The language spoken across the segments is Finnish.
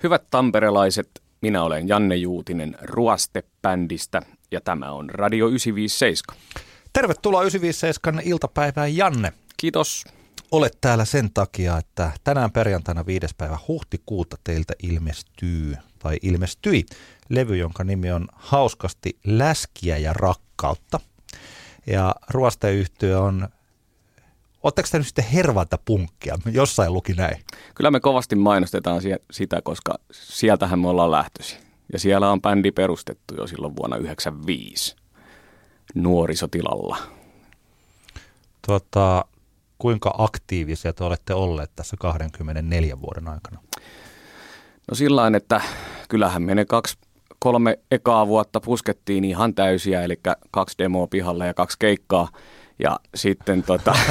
Hyvät tamperelaiset, minä olen Janne Juutinen Ruaste-bändistä ja tämä on Radio 957. Tervetuloa 957 iltapäivään, Janne. Kiitos. Olet täällä sen takia, että tänään perjantaina 5. päivä huhtikuuta teiltä ilmestyi levy, jonka nimi on hauskasti Läskiä ja rakkautta. Ja Ruaste-yhtye on, ootteko te nyt sitten hervanta punkkia? Jossain luki näin. Kyllä me kovasti mainostetaan sitä, koska sieltähän me ollaan lähtöisin. Ja siellä on bändi perustettu jo silloin vuonna 1995 nuorisotilalla. Kuinka aktiivisia te olette olleet tässä 24 vuoden aikana? No sillain, että kyllähän me ne 2-3 ekaa vuotta puskettiin ihan täysiä, eli 2 demoa pihalle ja 2 keikkaa. Ja sitten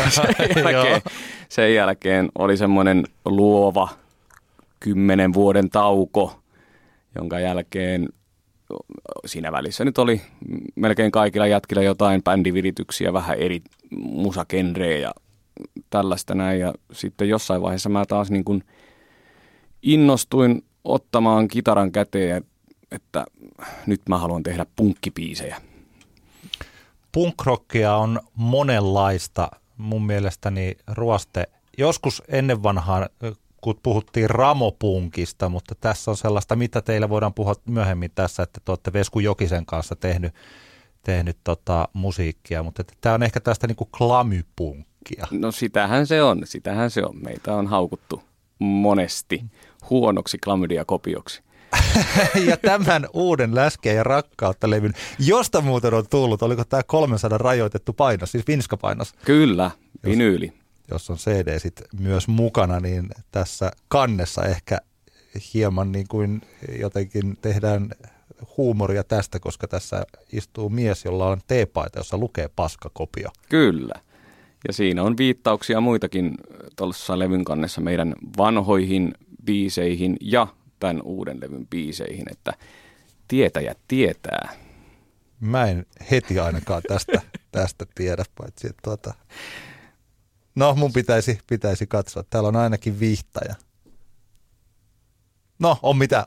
sen jälkeen oli semmoinen luova 10 vuoden tauko, jonka jälkeen siinä välissä nyt oli melkein kaikilla jätkillä jotain bändivirityksiä, vähän eri musagenrejä ja tällaista näin. Ja sitten jossain vaiheessa mä taas niin kuin innostuin ottamaan kitaran käteen, että nyt mä haluan tehdä punkkibiisejä. Punkrockia on monenlaista. Mun mielestäni Ruaste, joskus ennen vanhaan, kun puhuttiin ramopunkista, mutta tässä on sellaista, mitä teillä voidaan puhua myöhemmin tässä, että te olette Vesku Jokisen kanssa tehnyt musiikkia, mutta tämä on ehkä tästä niin kuin klamypunkkia. No sitähän se on. Meitä on haukuttu monesti huonoksi klamydia-kopioksi. Ja tämän uuden Läskiä ja rakkautta -levyn, josta muuten on tullut, oliko tämä 300 rajoitettu painos, siis vinskapainos? Kyllä, vinyyli. Jos on CD sitten myös mukana, niin tässä kannessa ehkä hieman niin kuin jotenkin tehdään huumoria tästä, koska tässä istuu mies, jolla on teepaita, jossa lukee paskakopio. Kyllä. Ja siinä on viittauksia muitakin tuossa levyn kannessa meidän vanhoihin biiseihin ja tämän uuden levyn biiseihin, että tietäjät tietää. Mä en heti ainakaan tästä tiedä, paitsi että no mun pitäisi katsoa. Täällä on ainakin vihtaja. No on mitä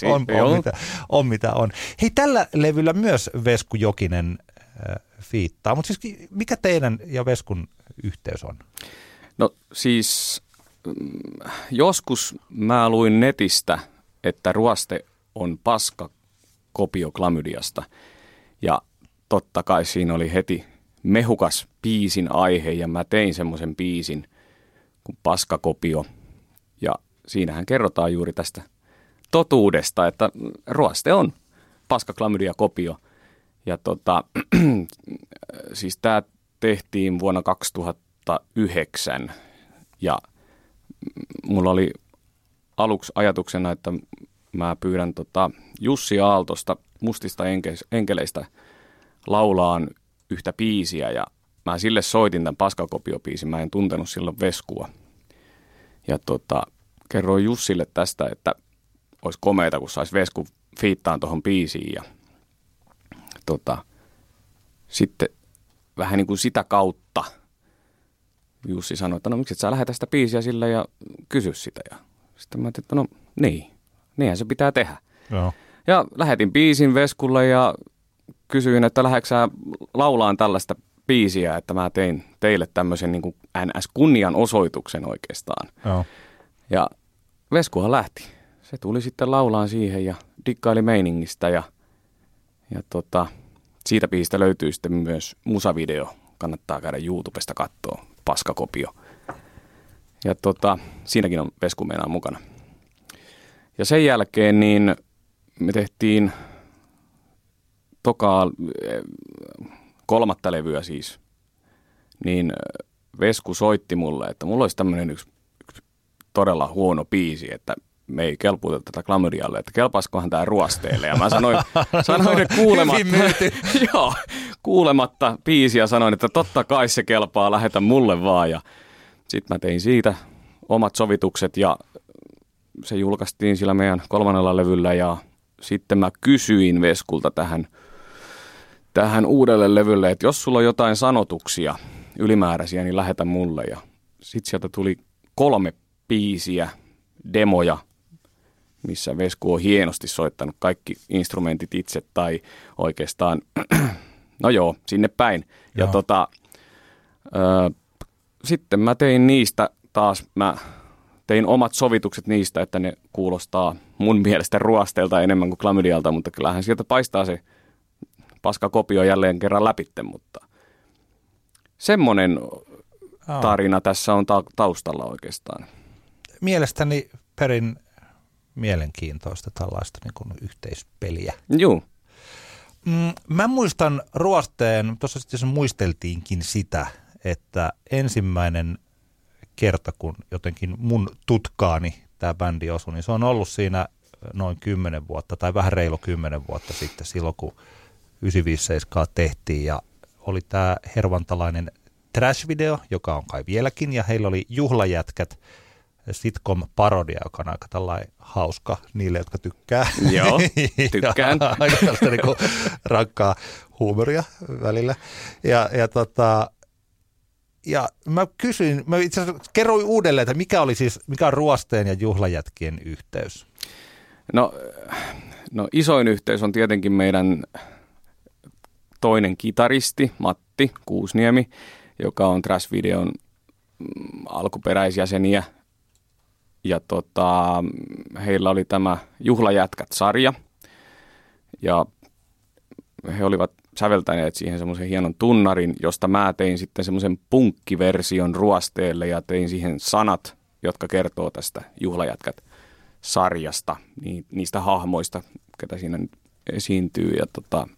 on. Hei, tällä levyllä myös Vesku Jokinen fiittaa, mutta siis mikä teidän ja Veskun yhteys on? No siis joskus mä luin netistä, että Ruaste on paska kopio klamydiasta. Ja totta kai siinä oli heti mehukas biisin aihe ja mä tein semmoisen biisin kuin paskakopio. Ja siinähän kerrotaan juuri tästä totuudesta, että Ruaste on paska klamydia kopio. Ja siis tää tehtiin vuonna 2009 ja mulla oli aluksi ajatuksena, että mä pyydän Jussi Aaltosta Mustista enkeleistä laulaan yhtä biisiä ja mä sille soitin tämän paskakopiobiisin. Mä en tuntenut silloin Veskua. Ja kerroin Jussille tästä, että olisi komeita, kun saisi Vesku fiittaan tuohon biisiin. Ja sitten vähän niin kuin sitä kautta Jussi sanoi, että no miksi et sä lähetä sitä biisiä sille ja kysy sitä. Ja sitten mä ajattelin, että no niinhän se pitää tehdä. Joo. Ja lähetin biisin Veskulle ja kysyin, että lähdetkö sä laulaan tällaista biisiä, että mä tein teille tämmöisen niin kuin NS-kunnianosoituksen oikeastaan. Joo. Ja Veskuhan lähti. Se tuli sitten laulaan siihen ja dikkaili meiningistä ja siitä biisistä löytyy sitten myös musavideo. Kannattaa käydä YouTubesta katsoa, paskakopio. Ja siinäkin on Vesku meinaan mukana. Ja sen jälkeen niin me tehtiin kolmatta levyä siis. Niin Vesku soitti mulle, että mulla olisi tämmöinen yksi todella huono biisi, että me ei kelpuuta tätä klamydialle, että kelpaiskohan tämä Ruasteelle. Ja mä sanoin kuulematta biisiä sanoin, että totta kai se kelpaa, lähetä mulle vaan. Ja sitten mä tein siitä omat sovitukset ja se julkaistiin sillä meidän 3. levyllä. Ja sitten mä kysyin Veskulta tähän uudelle levylle, että jos sulla on jotain sanotuksia ylimääräisiä, niin lähetä mulle. Ja sitten sieltä tuli 3 biisiä, demoja, missä Vesku on hienosti soittanut kaikki instrumentit itse tai oikeastaan, no joo, sinne päin. Ja sitten mä tein niistä taas, mä tein omat sovitukset niistä, että ne kuulostaa mun mielestä ruosteelta enemmän kuin klamydialta, mutta kyllähän sieltä paistaa se paskakopio jälleen kerran läpitte, mutta semmoinen tarina tässä on taustalla oikeastaan. Mielestäni perin mielenkiintoista tällaista niin kuin yhteispeliä. Joo. Mä muistan ruosteen, tuossa sitten muisteltiinkin sitä, että ensimmäinen kerta, kun jotenkin mun tutkaani tämä bändi osui, niin se on ollut siinä noin 10 vuotta tai vähän reilu 10 vuotta sitten silloin, kun 957 tehtiin ja oli tämä hervantalainen trash-video, joka on kai vieläkin, ja heillä oli Juhlajätkät sitcom-parodia, joka on aika tällainen hauska niille, jotka tykkää. Joo, tykkään. Aika tällaista niin kuin rankkaa huumoria välillä. Ja mä kysyin, mä itse asiassa kerroin uudelleen, että mikä on ruosteen ja Juhlajätkien yhteys? No isoin yhteys on tietenkin meidän toinen kitaristi, Matti Kuusniemi, joka on Trash-videon alkuperäisjäseniä. Ja heillä oli tämä Juhlajätkät-sarja. Ja he olivat säveltäneet siihen semmoisen hienon tunnarin, josta mä tein sitten semmoisen punkkiversion ruosteelle ja tein siihen sanat, jotka kertoo tästä Juhlajätkät-sarjasta, niistä hahmoista, ketä siinä nyt esiintyy. Ja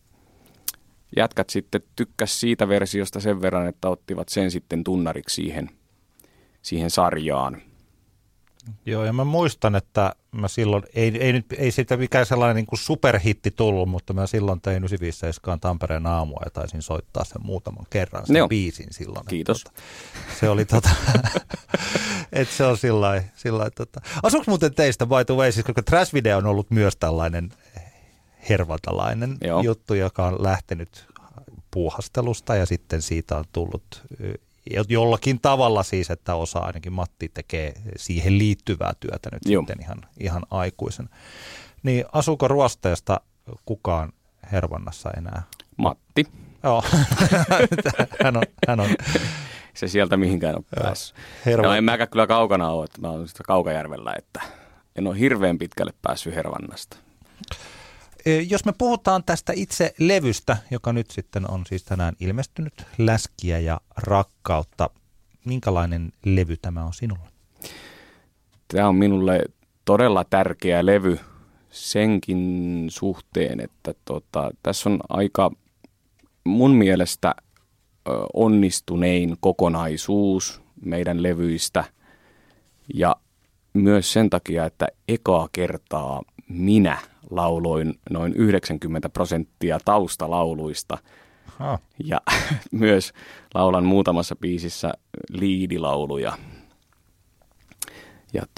jätkät sitten tykkäs siitä versiosta sen verran, että ottivat sen sitten tunnariksi siihen sarjaan. Joo, ja mä muistan, että mä silloin, ei siitä mikään sellainen niin kuin superhitti tullut, mutta mä silloin tein 957 Tampereen aamua ja taisin soittaa sen muutaman kerran sen biisin silloin. Kiitos. Se oli että se on sillain asuuko muuten teistä by the way, siis koska Trash-video on ollut myös tällainen hervantalainen juttu, joka on lähtenyt puuhastelusta ja sitten siitä on tullut jollakin tavalla siis, että osa ainakin Matti tekee siihen liittyvää työtä nyt sitten ihan aikuisen. Niin asuuko ruosteesta kukaan Hervannassa enää? Matti. Joo, hän on. Se sieltä mihinkään on päässyt. No en mäkään kyllä kaukana ole, että mä oon sitä Kaukajärvellä, että en ole hirveän pitkälle päässyt Hervannasta. Jos me puhutaan tästä itse levystä, joka nyt sitten on siis tänään ilmestynyt, Läskiä ja rakkautta, minkälainen levy tämä on sinulle? Tämä on minulle todella tärkeä levy senkin suhteen, että tässä on aika mun mielestä onnistunein kokonaisuus meidän levyistä ja myös sen takia, että ekaa kertaa minä lauloin noin 90% taustalauluista ja myös laulan muutamassa biisissä liidilauluja. Ja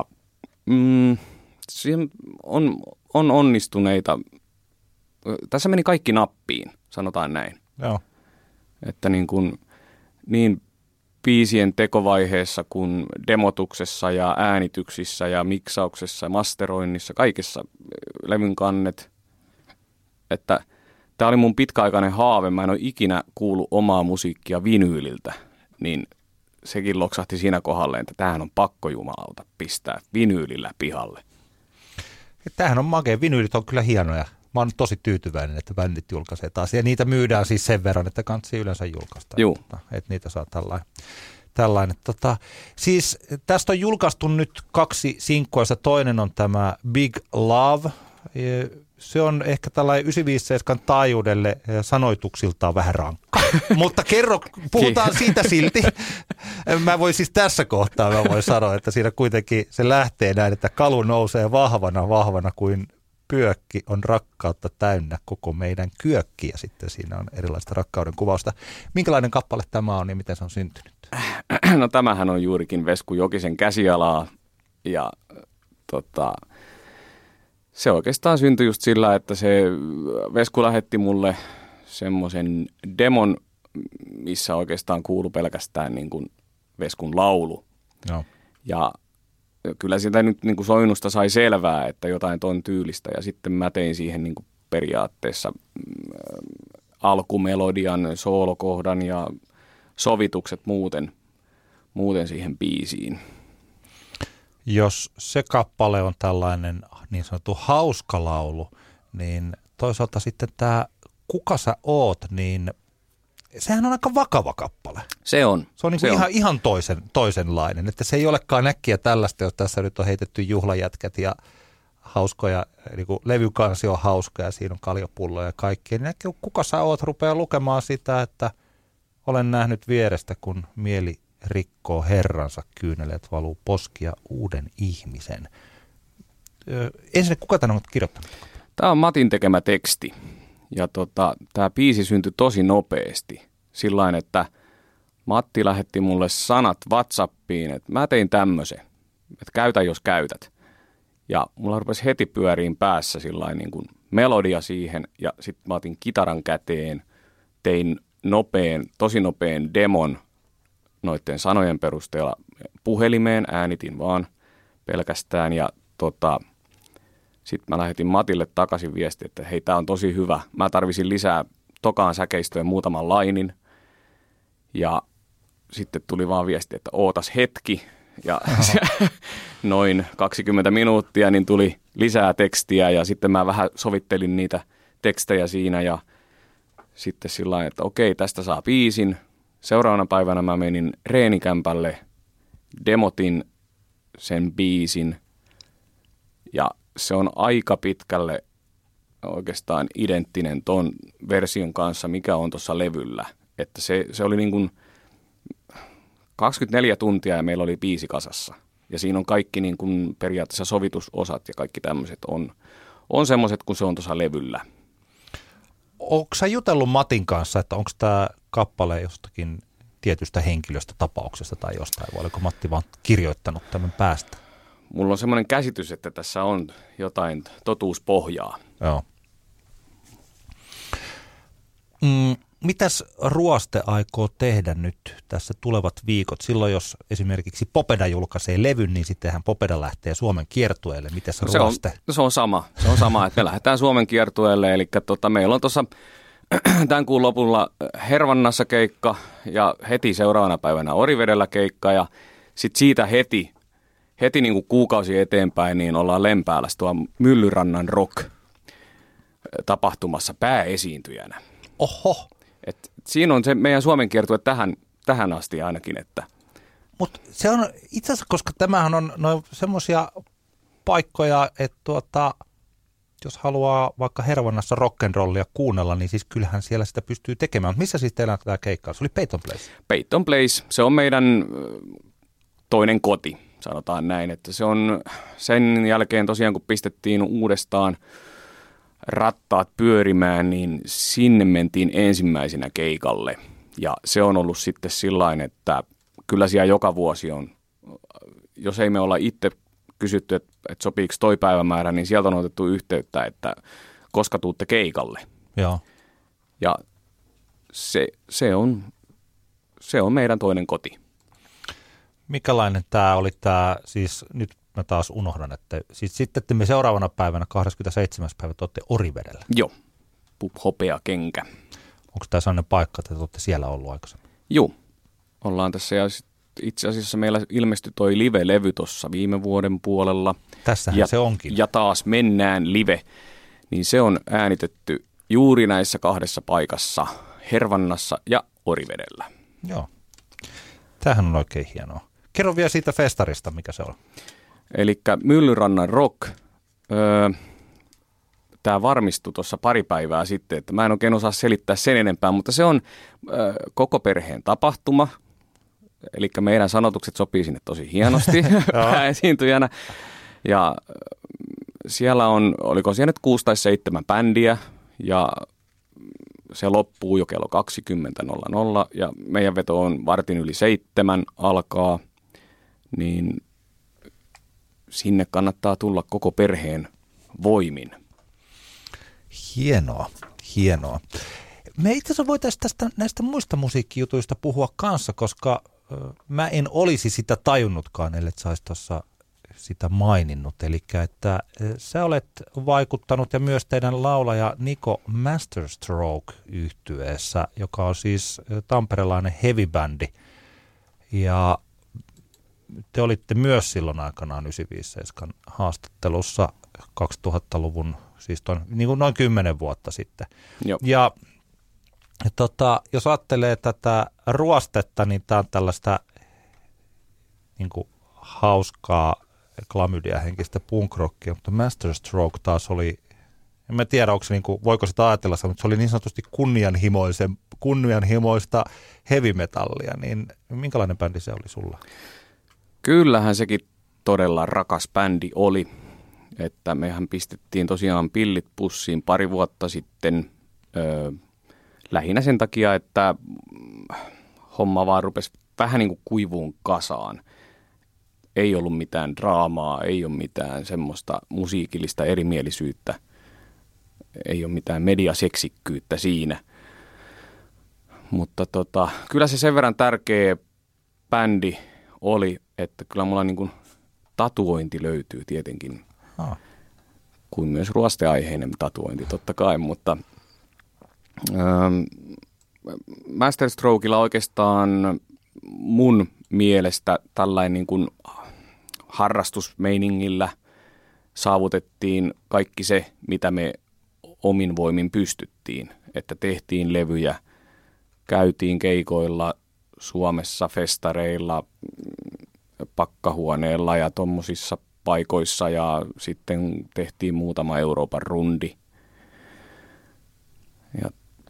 siinä on onnistuneita. Tässä meni kaikki nappiin, sanotaan näin. Joo. Että niin biisien tekovaiheessa kuin demotuksessa ja äänityksissä ja miksauksessa ja masteroinnissa, kaikessa levyn kannet. Että tämä oli mun pitkäaikainen haave. Mä en ole ikinä kuullut omaa musiikkia vinyyliltä, niin sekin loksahti siinä kohdalle, että tämähän on pakko jumalauta pistää vinyylillä pihalle. Tämähän on makea. Vinyylit on kyllä hienoja. Mä oon tosi tyytyväinen, että bändit julkaisee taas. Ja niitä myydään siis sen verran, että kansi yleensä julkaista. Joo. Että niitä saa tällainen. Siis tästä on julkaistu nyt 2 sinkkua, joista toinen on tämä Big Love. Se on ehkä tällainen 957 taajuudelle sanoituksiltaan vähän rankka. Mutta puhutaan siitä silti. Mä voin siis tässä kohtaa sanoa, että siinä kuitenkin se lähtee näin, että kalu nousee vahvana kuin pyökki on rakkautta täynnä koko meidän kyökki, ja sitten siinä on erilaista rakkauden kuvausta. Minkälainen kappale tämä on ja miten se on syntynyt? No tämähän on juurikin Vesku Jokisen käsialaa, ja se oikeastaan syntyi just sillä, että se Vesku lähetti mulle semmoisen demon, missä oikeastaan kuului pelkästään niin kuin Veskun laulu. No. Ja kyllä sitä nyt niin kuin soinnusta sai selvää, että jotain ton tyylistä. Ja sitten mä tein siihen niin kuin periaatteessa alkumelodian, soolokohdan ja sovitukset muuten siihen biisiin. Jos se kappale on tällainen niin sanottu hauska laulu, niin toisaalta sitten tämä Kuka sä oot, niin sehän on aika vakava kappale. Se on. Se on niin kuin ihan toisenlainen, että se ei olekaan äkkiä tällaista, jos tässä nyt on heitetty juhlajätkät ja hauskoja, niin kuin levykansi on hauska ja siinä on kaljapulloja ja kaikkea. Niin äkkiä Kuka sä oot rupeaa lukemaan sitä, että olen nähnyt vierestä, kun mieli rikkoo herransa, kyyneleet valuu poskia uuden ihmisen. Ensin kuka tämän on kirjoittanut? Tämä on Matin tekemä teksti. Ja tämä biisi syntyi tosi nopeasti. Sillain, että Matti lähetti mulle sanat WhatsAppiin, että mä tein tämmöisen, että käytä jos käytät. Ja mulla rupesi heti pyöriin päässä sillain niin kuin melodia siihen ja sitten mä otin kitaran käteen, tein tosi nopean demon noiden sanojen perusteella puhelimeen, äänitin vaan pelkästään ja sitten mä lähetin Matille takaisin viesti, että hei, tää on tosi hyvä. Mä tarvisin lisää tokaan säkeistöön muutaman lainin. Ja sitten tuli vaan viesti, että ootas hetki. Ja noin 20 minuuttia, niin tuli lisää tekstiä ja sitten mä vähän sovittelin niitä tekstejä siinä. Ja sitten sillä lailla, että okei, tästä saa biisin. Seuraavana päivänä mä menin reenikämpälle, demotin sen biisin ja se on aika pitkälle oikeastaan identtinen ton version kanssa, mikä on tuossa levyllä. Että se oli niin kuin 24 tuntia ja meillä oli biisi kasassa. Ja siinä on kaikki niin kuin periaatteessa sovitusosat ja kaikki tämmöiset on semmoiset, kun se on tuossa levyllä. Onko sä jutellut Matin kanssa, että onko tämä kappale jostakin tietystä henkilöstä, tapauksesta tai jostain, vai oliko Matti vaan kirjoittanut tämän päästä? Mulla on semmoinen käsitys, että tässä on jotain totuuspohjaa. Joo. Mitäs Ruoste aikoo tehdä nyt tässä tulevat viikot? Silloin, jos esimerkiksi Popeda julkaisee levyn, niin sittenhän Popeda lähtee Suomen kiertueelle. Mitäs Ruoste? Se on sama, että me lähdetään Suomen kiertueelle. Eli meillä on tuossa tämän kuun lopulla Hervannassa keikka ja heti seuraavana päivänä Orivedellä keikka. Ja sitten siitä heti niin kuin kuukausi eteenpäin niin ollaan Lempäälässä tuolla Myllyrannan Rock tapahtumassa pääesiintyjänä. Oho! Et siinä on se meidän Suomen kiertue tähän asti ainakin. Mutta se on itse asiassa, koska tämähän on semmoisia paikkoja, että jos haluaa vaikka Hervannassa rock'n'rollia kuunnella, niin siis kyllähän siellä sitä pystyy tekemään. Mutta missä siis teillä tämä keikka? Se oli Peyton Place. Peyton Place, se on meidän toinen koti, sanotaan näin. Että se on sen jälkeen tosiaan, kun pistettiin uudestaan rattaat pyörimään, niin sinne mentiin ensimmäisenä keikalle. Ja se on ollut sitten sillain, että kyllä siellä joka vuosi on, jos ei me olla itse kysytty, että sopiiko toi päivämäärä, niin sieltä on otettu yhteyttä, että koska tuutte keikalle. Joo. Ja se on meidän toinen koti. Mikälainen tämä oli siis nyt mä taas unohdan, että siis sitten me seuraavana päivänä, 27. päivä, te olette Orivedellä. Joo, hopea kenkä. Onko tämä sellainen paikka, että te olette siellä ollut aikaisemmin? Joo, ollaan tässä ja itse asiassa meillä ilmestyi toi live-levy tuossa viime vuoden puolella. Tässähän se onkin. Ja taas mennään live, niin se on äänitetty juuri näissä kahdessa paikassa, Hervannassa ja Orivedellä. Joo, tämähän on oikein hienoa. Kerro vielä siitä festarista, mikä se on. Elikkä Myllyrannan Rock, tämä varmistui tuossa pari päivää sitten, että mä en oikein osaa selittää sen enempää, mutta se on koko perheen tapahtuma. Eli meidän sanotukset sopii sinne tosi hienosti esiintyjänä. Ja siellä oliko siellä nyt 6 tai 7 bändiä ja se loppuu jo kello 20.00 ja meidän veto on 6:45 alkaa, niin sinne kannattaa tulla koko perheen voimin. Hienoa. Me itse asiassa voitaisiin näistä muista musiikkijutuista puhua kanssa, koska mä en olisi sitä tajunnutkaan, ellei saisi tuossa sitä maininnut. Eli että sä olet vaikuttanut ja myös teidän laulaja Niko Masterstroke-yhtyeessä, joka on siis tamperelainen heavy-bändi. Ja te olitte myös silloin aikanaan 957 haastattelussa 2000-luvun, siis niin kuin noin 10 vuotta sitten. Joo. Ja jos ajattelee tätä ruostetta, niin tämä on tällaista niin kuin hauskaa klamydia-henkistä punkrockia, mutta Masterstroke taas oli, en mä tiedä, onko se niin kuin, voiko sitä ajatella, mutta se oli niin sanotusti kunnianhimoista heavy metallia, niin minkälainen bändi se oli sulla? Kyllähän sekin todella rakas bändi oli, että mehän pistettiin tosiaan pillit pussiin pari vuotta sitten, lähinnä sen takia, että homma vaan rupesi vähän niin kuin kuivuun kasaan. Ei ollut mitään draamaa, ei ole mitään semmoista musiikillista erimielisyyttä, ei ole mitään mediaseksikkyyttä siinä. Mutta kyllä se sen verran tärkeä bändi oli, että kyllä mulla niin kuin tatuointi löytyy tietenkin, kuin myös ruosteaiheinen tatuointi totta kai, mutta Masterstrokella oikeastaan mun mielestä tällainen niin kuin harrastusmeiningillä saavutettiin kaikki se, mitä me omin voimin pystyttiin, että tehtiin levyjä, käytiin keikoilla Suomessa, festareilla, pakkahuoneella ja tommosissa paikoissa ja sitten tehtiin muutama Euroopan rundi. Ja,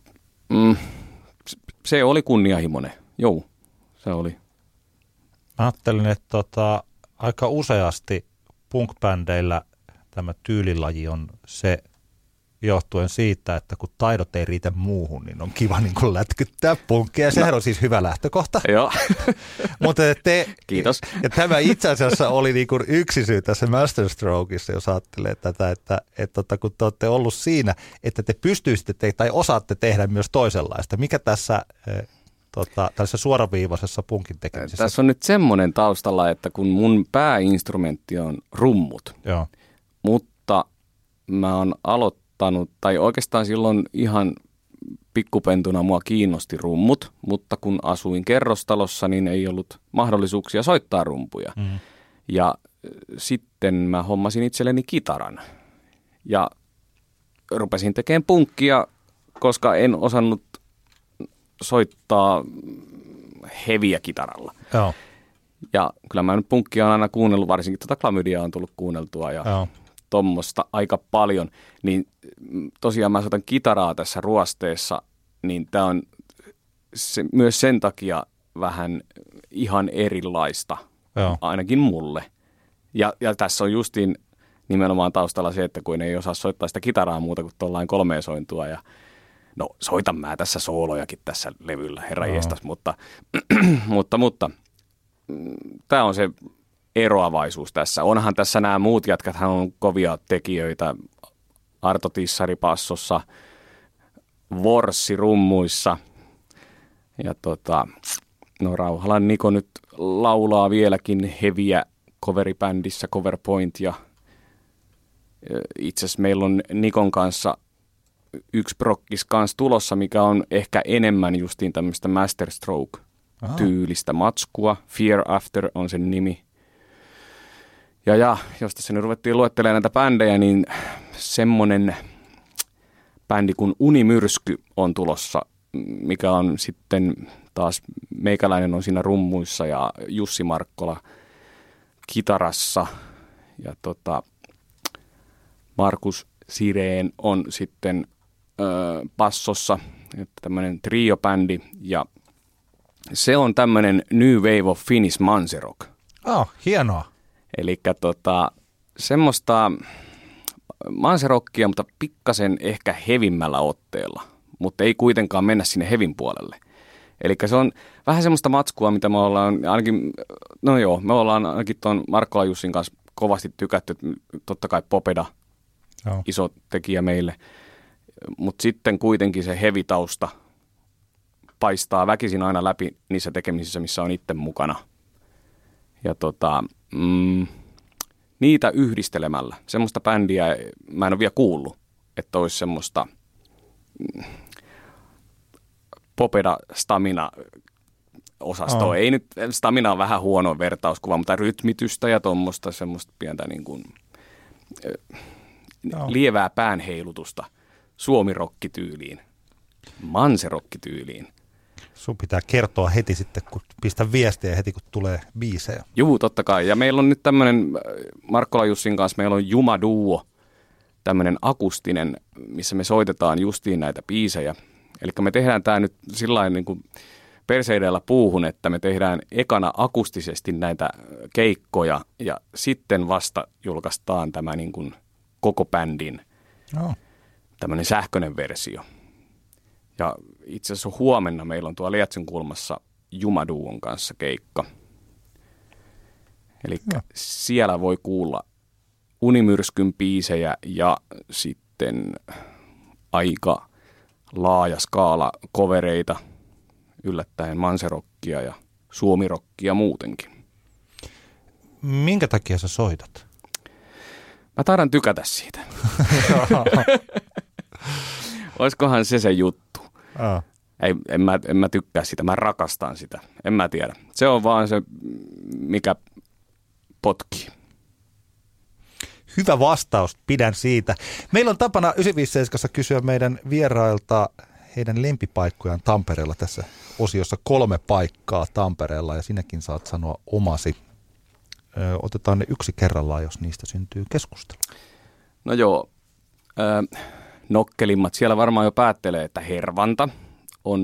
se oli kunnianhimoinen, joo, se oli. Ajattelin, että aika useasti punk-bändeillä tämä tyylilaji on se johtuen siitä, että kun taidot ei riitä muuhun, niin on kiva niin kuin lätkyttää punkkia. Ja sehän on siis hyvä lähtökohta. Joo. Mutta kiitos. Ja tämä itse asiassa oli niin kuin yksi syy tässä Masterstrokeissa, jos ajattelee tätä, että kun te olette ollut siinä, että te pystyisitte tai osaatte tehdä myös toisenlaista. Mikä tässä tällaisessa suoraviivaisessa punkin tekemisessä? Tässä on nyt semmoinen taustalla, että kun mun pääinstrumentti on rummut, joo, mutta mä oon tai oikeastaan silloin ihan pikkupentuna mua kiinnosti rummut, mutta kun asuin kerrostalossa, niin ei ollut mahdollisuuksia soittaa rumpuja. Mm. Ja sitten mä hommasin itselleni kitaran ja rupesin tekemään punkkia, koska en osannut soittaa heviä kitaralla. Joo. Ja kyllä mä nyt punkkia on aina kuunnellut, varsinkin klamydia on tullut kuunneltua ja tommosta aika paljon. Niin tosiaan mä soitan kitaraa tässä ruosteessa, niin tää on myös sen takia vähän ihan erilaista, ainakin mulle. Ja tässä on justiin nimenomaan taustalla se, että kun ei osaa soittaa sitä kitaraa muuta kuin tuollain 3 sointua ja no soitan mä tässä soolojakin tässä levyllä, herranjestas, mutta tämä on se eroavaisuus tässä. Onhan tässä nämä muut jätkäthän on kovia tekijöitä, Arto Tissari bassossa, Vorssi rummuissa ja Rauhalan Niko nyt laulaa vieläkin heviä coveribändissä Coverpoint ja itse asiassa meillä on Nikon kanssa yksi prokkis kanssa tulossa, mikä on ehkä enemmän justiin tämmöistä Masterstroke-tyylistä matskua. Fear After on sen nimi. Ja jos tässä nyt ruvettiin luettelemaan näitä bändejä, niin semmoinen bändi kuin Unimyrsky on tulossa, mikä on sitten taas meikäläinen on siinä rummuissa ja Jussi Markkola kitarassa ja Markus Sireen on sitten bassossa, että tämmöinen trio-bändi ja se on tämmöinen New Wave of Finnish Manserock. Hienoa. Elikkä semmoista manserockia, mutta pikkasen ehkä hevimmällä otteella, mutta ei kuitenkaan mennä sinne hevin puolelle. Elikkä se on vähän semmoista matskua, mitä me ollaan ainakin, me ollaan ainakin tuon Markkola Jussin kanssa kovasti tykätty, että totta kai Popeda, iso tekijä meille, mutta sitten kuitenkin se hevitausta paistaa väkisin aina läpi niissä tekemisissä, missä on itse mukana. Ja niitä yhdistelemällä, semmoista bändiä mä en ole vielä kuullut, että olisi semmoista Popeda Stamina osastoa. Ei nyt, Stamina on vähän huono vertauskuva, mutta rytmitystä ja tuommoista semmoista pientä niin kuin, lievää päänheilutusta suomirokkityyliin, manserokkityyliin. Sun pitää kertoa heti sitten, kun pistä viestiä heti, kun tulee biisejä. Juu, totta kai. Ja meillä on nyt tämmöinen, Markkola Jussin kanssa meillä on Juma Duo, tämmöinen akustinen, missä me soitetaan justiin näitä biisejä. Eli me tehdään tämä nyt sillain niin kuin perseideellä puuhun, että me tehdään ekana akustisesti näitä keikkoja ja sitten vasta julkaistaan tämä niin kuin koko bändin tämmöinen sähköinen versio. Ja itse asiassa huomenna meillä on tuolla Lietsin kulmassa Juma Duon kanssa keikka. Eli siellä voi kuulla Unimyrskyn biisejä ja sitten aika laaja skaala kovereita, yllättäen manserokkia ja suomirokkia muutenkin. Minkä takia sä soitat? Mä taidan tykätä siitä. Olisikohan se juttu? En mä tykkää sitä, mä rakastan sitä. En mä tiedä. Se on vaan se, mikä potkii. Hyvä vastaus, pidän siitä. Meillä on tapana 957 kysyä meidän vierailta heidän lempipaikkojaan Tampereella tässä osiossa 3 paikkaa Tampereella ja sinäkin saat sanoa omasi. Otetaan ne yksi kerrallaan, jos niistä syntyy keskustelu. No joo, nokkelimmat. Siellä varmaan jo päättelee, että Hervanta on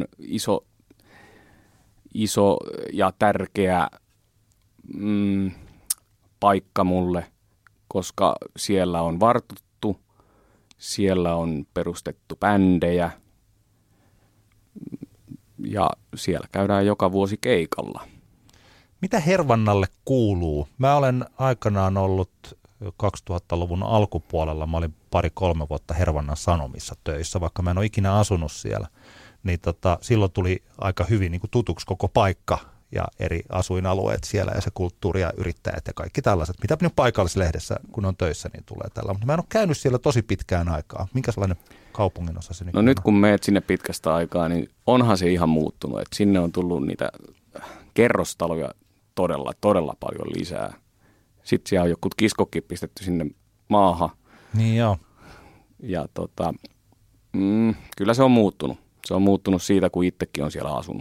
iso ja tärkeä paikka mulle, koska siellä on vartuttu, siellä on perustettu bändejä ja siellä käydään joka vuosi keikalla. Mitä Hervannalle kuuluu? Mä olen aikanaan ollut 2000-luvun alkupuolella, mä olin 2-3 vuotta Hervannan Sanomissa töissä, vaikka mä en ole ikinä asunut siellä. Niin silloin tuli aika hyvin niin kuin tutuksi koko paikka ja eri asuinalueet siellä ja se kulttuuri ja yrittäjät ja kaikki tällaiset. Mitä nyt paikallislehdessä, kun on töissä, niin tulee tällä. Mutta mä en ole käynyt siellä tosi pitkään aikaa. Minkälainen kaupungin osa se nyt on? Nyt kun meet sinne pitkästä aikaa, niin onhan se ihan muuttunut. Et sinne on tullut niitä kerrostaloja todella paljon lisää. Sitten siellä on jotkut kiskokkin pistetty sinne maahan. Niin joo. Ja kyllä se on muuttunut. Se on muuttunut siitä, kun itsekin on siellä asunut.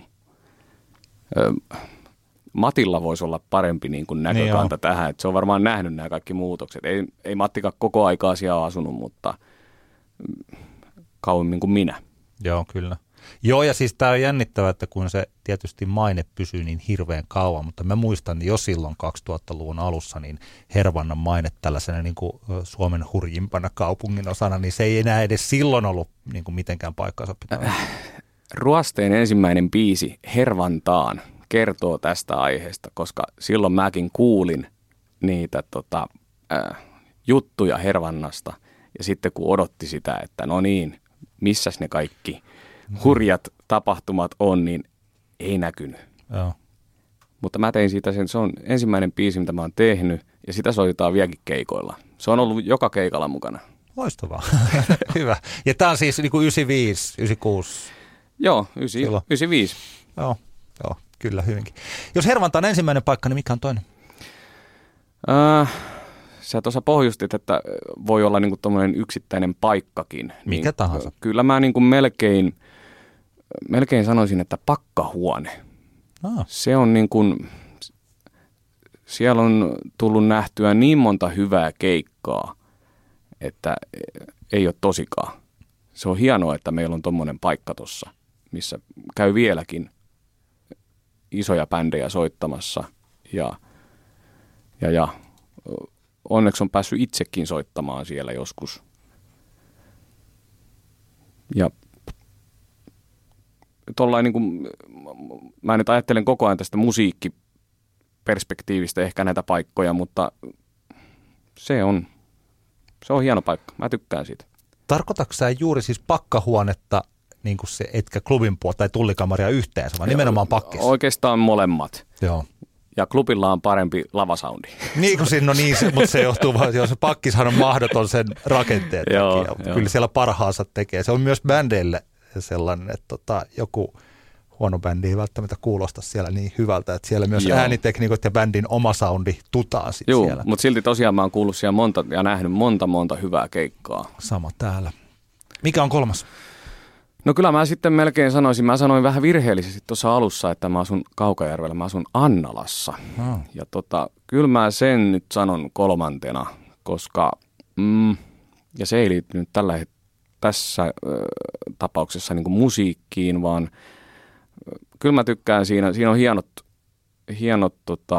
Matilla voisi olla parempi niin kuin näkökanta niin tähän. Että se on varmaan nähnyt nämä kaikki muutokset. Ei Mattikaan koko aikaa siellä asunut, mutta kauemmin kuin minä. Joo, kyllä. Joo, ja siis tämä on jännittävää, että kun se tietysti maine pysyy niin hirveän kauan, mutta mä muistan jo silloin 2000-luvun alussa, niin Hervannan maine tällaisena niin kuin Suomen hurjimpana kaupungin osana, niin se ei enää edes silloin ollut niin kuin mitenkään paikkaansa pitää. Ruosteen ensimmäinen biisi Hervantaan kertoo tästä aiheesta, koska silloin mäkin kuulin niitä juttuja Hervannasta ja sitten kun odotti sitä, että no niin, missäs ne kaikki hurjat tapahtumat on, niin ei näkynyt. Joo. Mutta mä tein siitä sen, se on ensimmäinen biisi, mitä mä oon tehnyt, ja sitä soitetaan vieläkin keikoilla. Se on ollut joka keikalla mukana. Loistavaa. Hyvä. Ja tää on siis niin kuin 95, 96? Joo, 95. Joo, kyllä hyvinkin. Jos Hervanta on ensimmäinen paikka, niin mikä on toinen? Sä tuossa pohjustit, että voi olla niinku tommoinen yksittäinen paikkakin. Mikä niin, tahansa. Kyllä mä niinku melkein sanoisin, että pakkahuone. Se on niin kuin, siellä on tullut nähtyä niin monta hyvää keikkaa, että ei ole tosikaan. Se on hienoa, että meillä on tommoinen paikka tossa, missä käy vieläkin isoja bändejä soittamassa ja onneksi on päässyt itsekin soittamaan siellä joskus. Ja tollain niin kuin, mä nyt ajattelen koko ajan tästä musiikkiperspektiivistä ehkä näitä paikkoja, mutta se on hieno paikka. Mä tykkään siitä. Tarkoitatko sä juuri siis pakkahuonetta, niin kuin se, etkä klubin puolta tai tullikamaria yhteensä, vaan nimenomaan pakkis? Oikeastaan molemmat. Joo. Ja klubilla on parempi lavasoundi. Niin kuin siinä on niin, mutta se johtuu vaan, että se pakkishan on mahdoton sen rakenteen takia. Kyllä siellä parhaansa tekee. Se on myös bändeille sellainen, että joku huono bändi ei välttämättä kuulosta siellä niin hyvältä, että siellä myös äänitekniikot ja bändin oma soundi tutaan sitten siellä. Mutta silti tosiaan mä oon kuullut siellä monta ja nähnyt monta hyvää keikkaa. Sama täällä. Mikä on kolmas? No kyllä mä sitten melkein mä sanoin vähän virheellisesti tuossa alussa, että mä asun Kaukajärvellä, mä asun Annalassa. Ja kyllä mä sen nyt sanon kolmantena, koska, ja se ei liittynyt tässä tapauksessa niin kuin musiikkiin, vaan kyllä mä tykkään siinä on hienot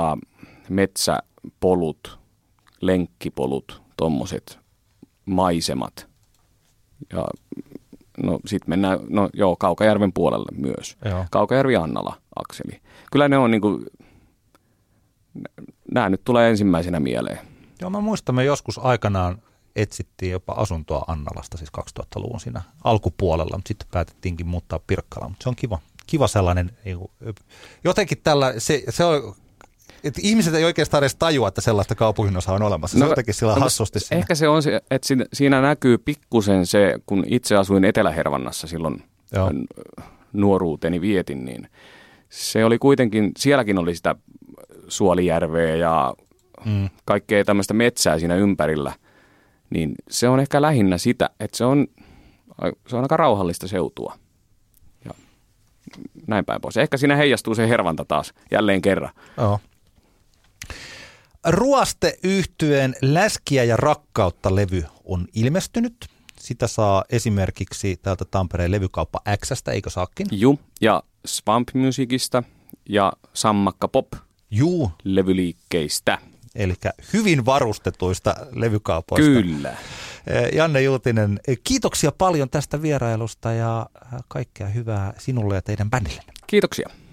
metsäpolut, lenkkipolut, tommoset maisemat. Ja no sit mennään, Kaukajärven puolelle myös. Joo. Kaukajärvi-Annala-akseli. Kyllä ne on niinku, nämä nyt tulee ensimmäisenä mieleen. Joo, mä muistan, me joskus aikanaan etsittiin jopa asuntoa Annalasta, siis 2000-luvun siinä alkupuolella, mutta sitten päätettiinkin muuttaa Pirkkalaan. Mutta se on kiva sellainen, jotenkin tällä, se on, että ihmiset ei oikeastaan edes tajua, että sellaista kaupunginosaa on olemassa. Se on jotenkin sillä hassusti. Ehkä se on se, että siinä näkyy pikkusen se, kun itse asuin Etelä-Hervannassa silloin nuoruuteni vietin, niin se oli kuitenkin, sielläkin oli sitä Suolijärveä ja kaikkea tämmöistä metsää siinä ympärillä, niin se on ehkä lähinnä sitä, että se on aika rauhallista seutua. Ja näin päin pois. Ehkä siinä heijastuu se Hervanta taas jälleen kerran. Joo. Ruaste-yhtyeen Läskiä ja rakkautta-levy on ilmestynyt. Sitä saa esimerkiksi täältä Tampereen levykauppa X:stä, eikö saakin? Juu, ja Swamp Musicista ja Sammakka Pop levyliikkeistä. Eli hyvin varustetuista levykaupoista. Kyllä. Janne Juutinen, kiitoksia paljon tästä vierailusta ja kaikkea hyvää sinulle ja teidän bändille. Kiitoksia.